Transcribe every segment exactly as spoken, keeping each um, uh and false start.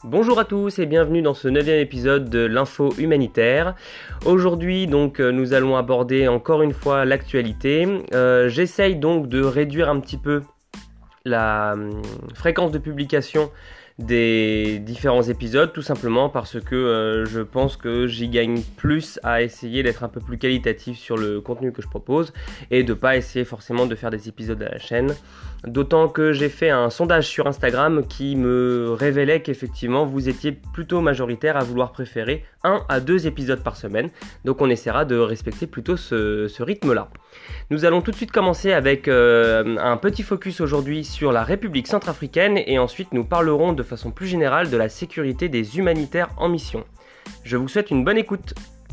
Bonjour à tous et bienvenue dans ce neuvième épisode de l'info humanitaire. Aujourd'hui donc nous allons aborder encore une fois l'actualité. Euh, j'essaye donc de réduire un petit peu la euh, fréquence de publication des différents épisodes, tout simplement parce que euh, je pense que j'y gagne plus à essayer d'être un peu plus qualitatif sur le contenu que je propose et de pas essayer forcément de faire des épisodes à la chaîne. D'autant que j'ai fait un sondage sur Instagram qui me révélait qu'effectivement vous étiez plutôt majoritaire à vouloir préférer un à deux épisodes par semaine, donc on essaiera de respecter plutôt ce, ce rythme-là. Nous allons tout de suite commencer avec euh, un petit focus aujourd'hui sur la République centrafricaine et ensuite nous parlerons de façon plus générale de la sécurité des humanitaires en mission. Je vous souhaite une bonne écoute.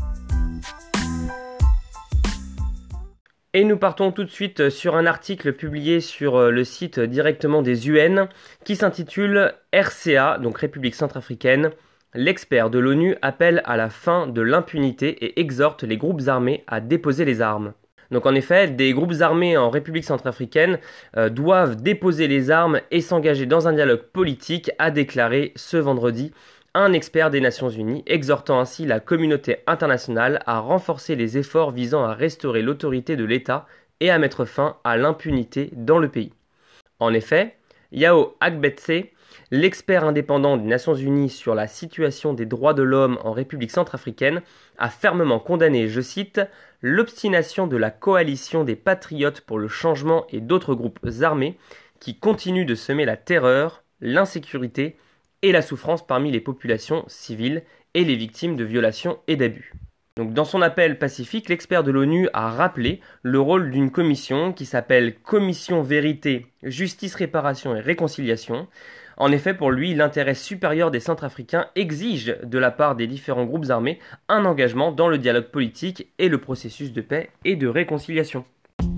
Et nous partons tout de suite sur un article publié sur le site directement des U N qui s'intitule R C A, donc République centrafricaine. L'expert de l'ONU appelle à la fin de l'impunité et exhorte les groupes armés à déposer les armes. Donc en effet, des groupes armés en République centrafricaine euh, doivent déposer les armes et s'engager dans un dialogue politique, a déclaré ce vendredi un expert des Nations Unies, exhortant ainsi la communauté internationale à renforcer les efforts visant à restaurer l'autorité de l'État et à mettre fin à l'impunité dans le pays. En effet, Yao Agbetse, l'expert indépendant des Nations Unies sur la situation des droits de l'homme en République centrafricaine, a fermement condamné, je cite, « l'obstination de la coalition des patriotes pour le changement et d'autres groupes armés qui continuent de semer la terreur, l'insécurité et la souffrance parmi les populations civiles et les victimes de violations et d'abus. » Donc, dans son appel pacifique, l'expert de l'ONU a rappelé le rôle d'une commission qui s'appelle Commission Vérité, Justice, Réparation et Réconciliation. En effet, pour lui, l'intérêt supérieur des Centrafricains exige de la part des différents groupes armés un engagement dans le dialogue politique et le processus de paix et de réconciliation.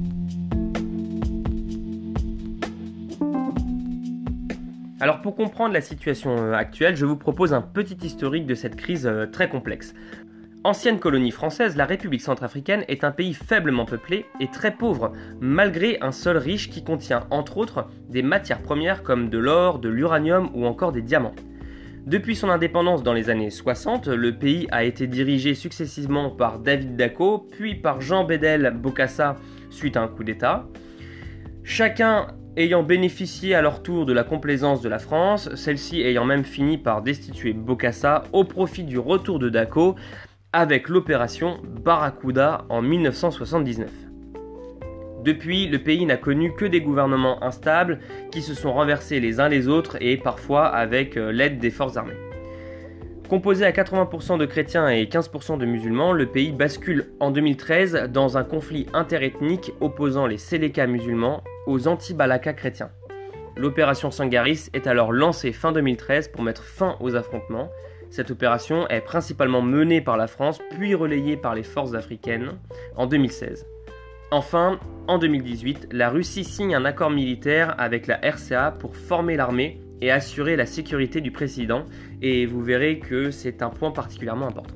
Alors pour comprendre la situation actuelle, je vous propose un petit historique de cette crise très complexe. Ancienne colonie française, la République centrafricaine est un pays faiblement peuplé et très pauvre, malgré un sol riche qui contient entre autres des matières premières comme de l'or, de l'uranium ou encore des diamants. Depuis son indépendance dans les années soixante, le pays a été dirigé successivement par David Dacko, puis par Jean Bédel Bokassa suite à un coup d'État. Chacun ayant bénéficié à leur tour de la complaisance de la France, celle-ci ayant même fini par destituer Bokassa au profit du retour de Dacko avec l'opération Barracuda en mille neuf cent soixante-dix-neuf. Depuis, le pays n'a connu que des gouvernements instables qui se sont renversés les uns les autres et parfois avec l'aide des forces armées. Composé à quatre-vingts pour cent de chrétiens et quinze pour cent de musulmans, le pays bascule en deux mille treize dans un conflit interethnique opposant les Séléka musulmans aux anti-Balaka chrétiens. L'opération Sangaris est alors lancée fin deux mille treize pour mettre fin aux affrontements. Cette opération est principalement menée par la France puis relayée par les forces africaines en deux mille seize. Enfin, en deux mille dix-huit, la Russie signe un accord militaire avec la R C A pour former l'armée et assurer la sécurité du président, et vous verrez que c'est un point particulièrement important.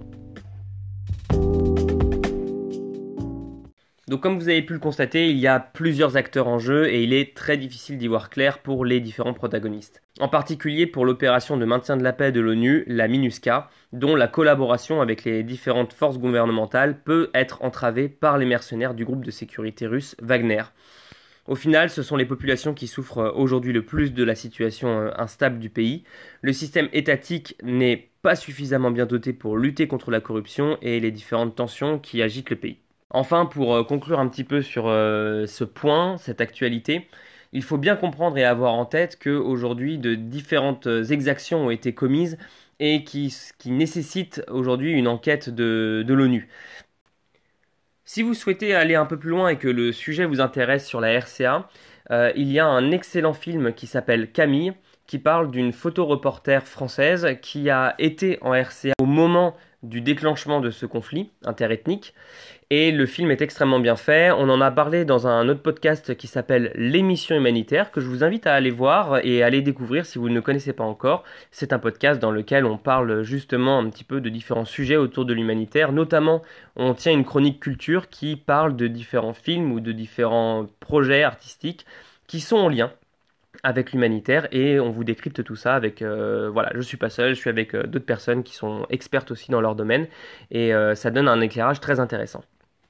Donc comme vous avez pu le constater, il y a plusieurs acteurs en jeu et il est très difficile d'y voir clair pour les différents protagonistes. En particulier pour l'opération de maintien de la paix de l'ONU, la MINUSCA, dont la collaboration avec les différentes forces gouvernementales peut être entravée par les mercenaires du groupe de sécurité russe Wagner. Au final, ce sont les populations qui souffrent aujourd'hui le plus de la situation instable du pays. Le système étatique n'est pas suffisamment bien doté pour lutter contre la corruption et les différentes tensions qui agitent le pays. Enfin, pour conclure un petit peu sur euh, ce point, cette actualité, il faut bien comprendre et avoir en tête qu'aujourd'hui, de différentes exactions ont été commises et qui, qui nécessitent aujourd'hui une enquête de, de l'ONU. Si vous souhaitez aller un peu plus loin et que le sujet vous intéresse sur la R C A, euh, il y a un excellent film qui s'appelle Camille, qui parle d'une photoreporter française qui a été en R C A au moment du déclenchement de ce conflit interethnique. Et le film est extrêmement bien fait. On en a parlé dans un autre podcast qui s'appelle L'émission humanitaire, que je vous invite à aller voir et à aller découvrir si vous ne le connaissez pas encore. C'est un podcast dans lequel on parle justement un petit peu de différents sujets autour de l'humanitaire. Notamment, on tient une chronique culture qui parle de différents films ou de différents projets artistiques qui sont en lien avec l'humanitaire et on vous décrypte tout ça avec, euh, voilà, je suis pas seul, je suis avec euh, d'autres personnes qui sont expertes aussi dans leur domaine et euh, ça donne un éclairage très intéressant.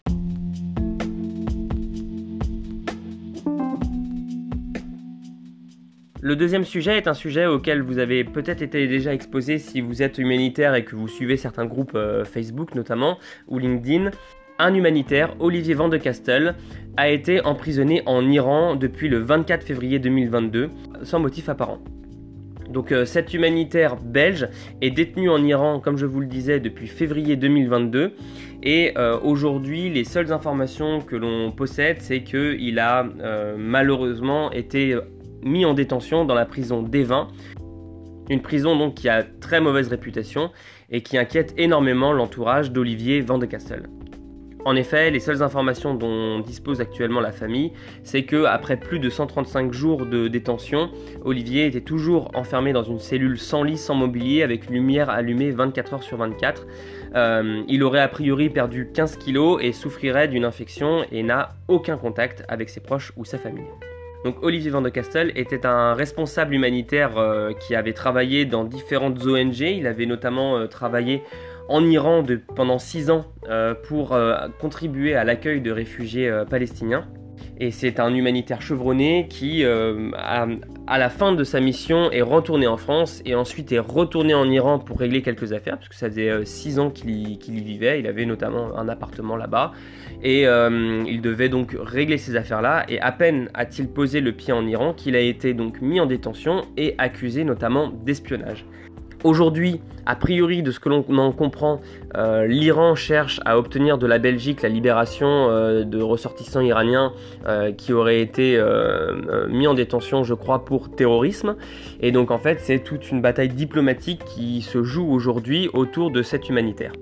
Le deuxième sujet est un sujet auquel vous avez peut-être été déjà exposé si vous êtes humanitaire et que vous suivez certains groupes euh, Facebook notamment ou LinkedIn. Un humanitaire, Olivier Van de Castel, a été emprisonné en Iran depuis le vingt-quatre février deux mille vingt-deux, sans motif apparent. Donc euh, cet humanitaire belge est détenu en Iran, comme je vous le disais, depuis février deux mille vingt-deux. Et euh, aujourd'hui, les seules informations que l'on possède, c'est qu'il a euh, malheureusement été mis en détention dans la prison d'Evin. Une prison donc qui a très mauvaise réputation et qui inquiète énormément l'entourage d'Olivier Van de Castel. En effet, les seules informations dont dispose actuellement la famille, c'est qu'après plus de cent trente-cinq jours de détention, Olivier était toujours enfermé dans une cellule sans lit, sans mobilier, avec une lumière allumée vingt-quatre heures sur vingt-quatre. Euh, il aurait a priori perdu quinze kilos et souffrirait d'une infection et n'a aucun contact avec ses proches ou sa famille. Donc Olivier Van de Castel était un responsable humanitaire euh, qui avait travaillé dans différentes O N G. Il avait notamment euh, travaillé en Iran de, pendant six ans euh, pour euh, contribuer à l'accueil de réfugiés euh, palestiniens. Et c'est un humanitaire chevronné qui, euh, à, à la fin de sa mission, est retourné en France et ensuite est retourné en Iran pour régler quelques affaires, parce que ça faisait euh, six ans qu'il y, qu'il y vivait. Il avait notamment un appartement là-bas et euh, il devait donc régler ces affaires-là. Et à peine a-t-il posé le pied en Iran qu'il a été donc mis en détention et accusé notamment d'espionnage. Aujourd'hui, a priori de ce que l'on en comprend, euh, l'Iran cherche à obtenir de la Belgique la libération euh, de ressortissants iraniens euh, qui auraient été euh, euh, mis en détention, je crois, pour terrorisme. Et donc en fait, c'est toute une bataille diplomatique qui se joue aujourd'hui autour de cet humanitaire.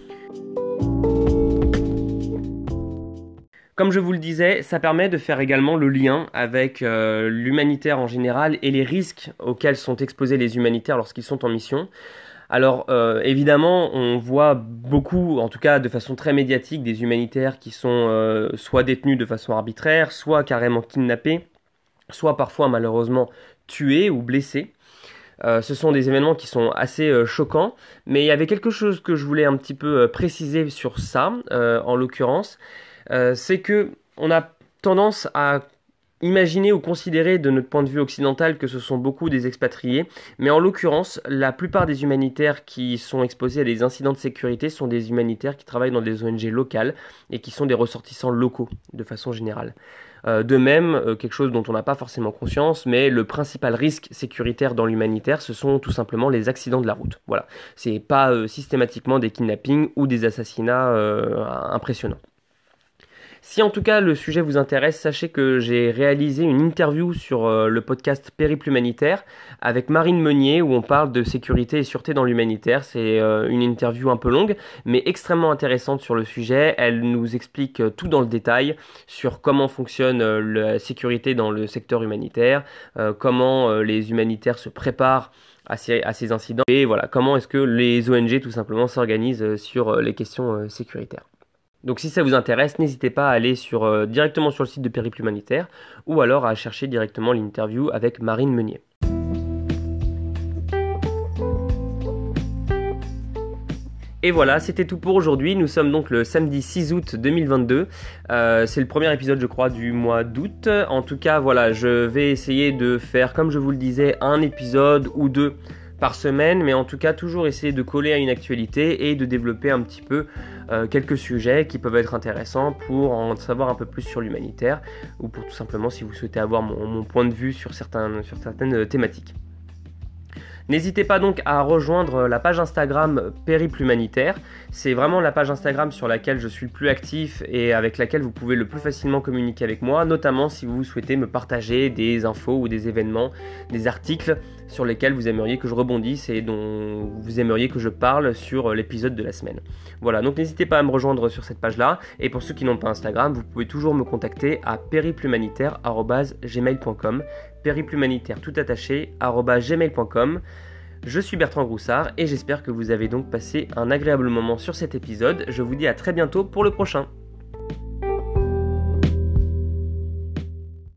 Comme je vous le disais, ça permet de faire également le lien avec euh, l'humanitaire en général et les risques auxquels sont exposés les humanitaires lorsqu'ils sont en mission. Alors euh, évidemment, on voit beaucoup, en tout cas de façon très médiatique, des humanitaires qui sont euh, soit détenus de façon arbitraire, soit carrément kidnappés, soit parfois malheureusement tués ou blessés. Euh, ce sont des événements qui sont assez euh, choquants, mais il y avait quelque chose que je voulais un petit peu euh, préciser sur ça, euh, en l'occurrence. Euh, c'est que on a tendance à imaginer ou considérer de notre point de vue occidental que ce sont beaucoup des expatriés, mais en l'occurrence, la plupart des humanitaires qui sont exposés à des incidents de sécurité sont des humanitaires qui travaillent dans des O N G locales et qui sont des ressortissants locaux de façon générale. Euh, de même, euh, quelque chose dont on n'a pas forcément conscience, mais le principal risque sécuritaire dans l'humanitaire, ce sont tout simplement les accidents de la route. Voilà, c'est pas euh, systématiquement des kidnappings ou des assassinats euh, impressionnants. Si en tout cas le sujet vous intéresse, sachez que j'ai réalisé une interview sur euh, le podcast Périple Humanitaire avec Marine Meunier où on parle de sécurité et sûreté dans l'humanitaire. C'est euh, une interview un peu longue mais extrêmement intéressante sur le sujet. Elle nous explique euh, tout dans le détail sur comment fonctionne euh, la sécurité dans le secteur humanitaire, euh, comment euh, les humanitaires se préparent à ces, à ces incidents et voilà, comment est-ce que les O N G tout simplement s'organisent euh, sur euh, les questions euh, sécuritaires. Donc si ça vous intéresse, n'hésitez pas à aller sur, euh, directement sur le site de Périple Humanitaire ou alors à chercher directement l'interview avec Marine Meunier. Et voilà, c'était tout pour aujourd'hui. Nous sommes donc le samedi six août deux mille vingt-deux. Euh, c'est le premier épisode, je crois, du mois d'août. En tout cas, voilà, je vais essayer de faire, comme je vous le disais, un épisode ou deux par semaine, mais en tout cas toujours essayer de coller à une actualité et de développer un petit peu euh, quelques sujets qui peuvent être intéressants pour en savoir un peu plus sur l'humanitaire ou pour tout simplement si vous souhaitez avoir mon, mon point de vue sur, certains, sur certaines thématiques. N'hésitez pas donc à rejoindre la page Instagram Périple Humanitaire. C'est vraiment la page Instagram sur laquelle je suis le plus actif et avec laquelle vous pouvez le plus facilement communiquer avec moi, notamment si vous souhaitez me partager des infos ou des événements, des articles sur lesquels vous aimeriez que je rebondisse et dont vous aimeriez que je parle sur l'épisode de la semaine. Voilà, donc n'hésitez pas à me rejoindre sur cette page-là. Et pour ceux qui n'ont pas Instagram, vous pouvez toujours me contacter à périplehumanitaire arobase gmail point com. périplehumanitaire tout attaché arobase gmail point com. Je suis Bertrand Groussard et j'espère que vous avez donc passé un agréable moment sur cet épisode. Je vous dis à très bientôt pour le prochain.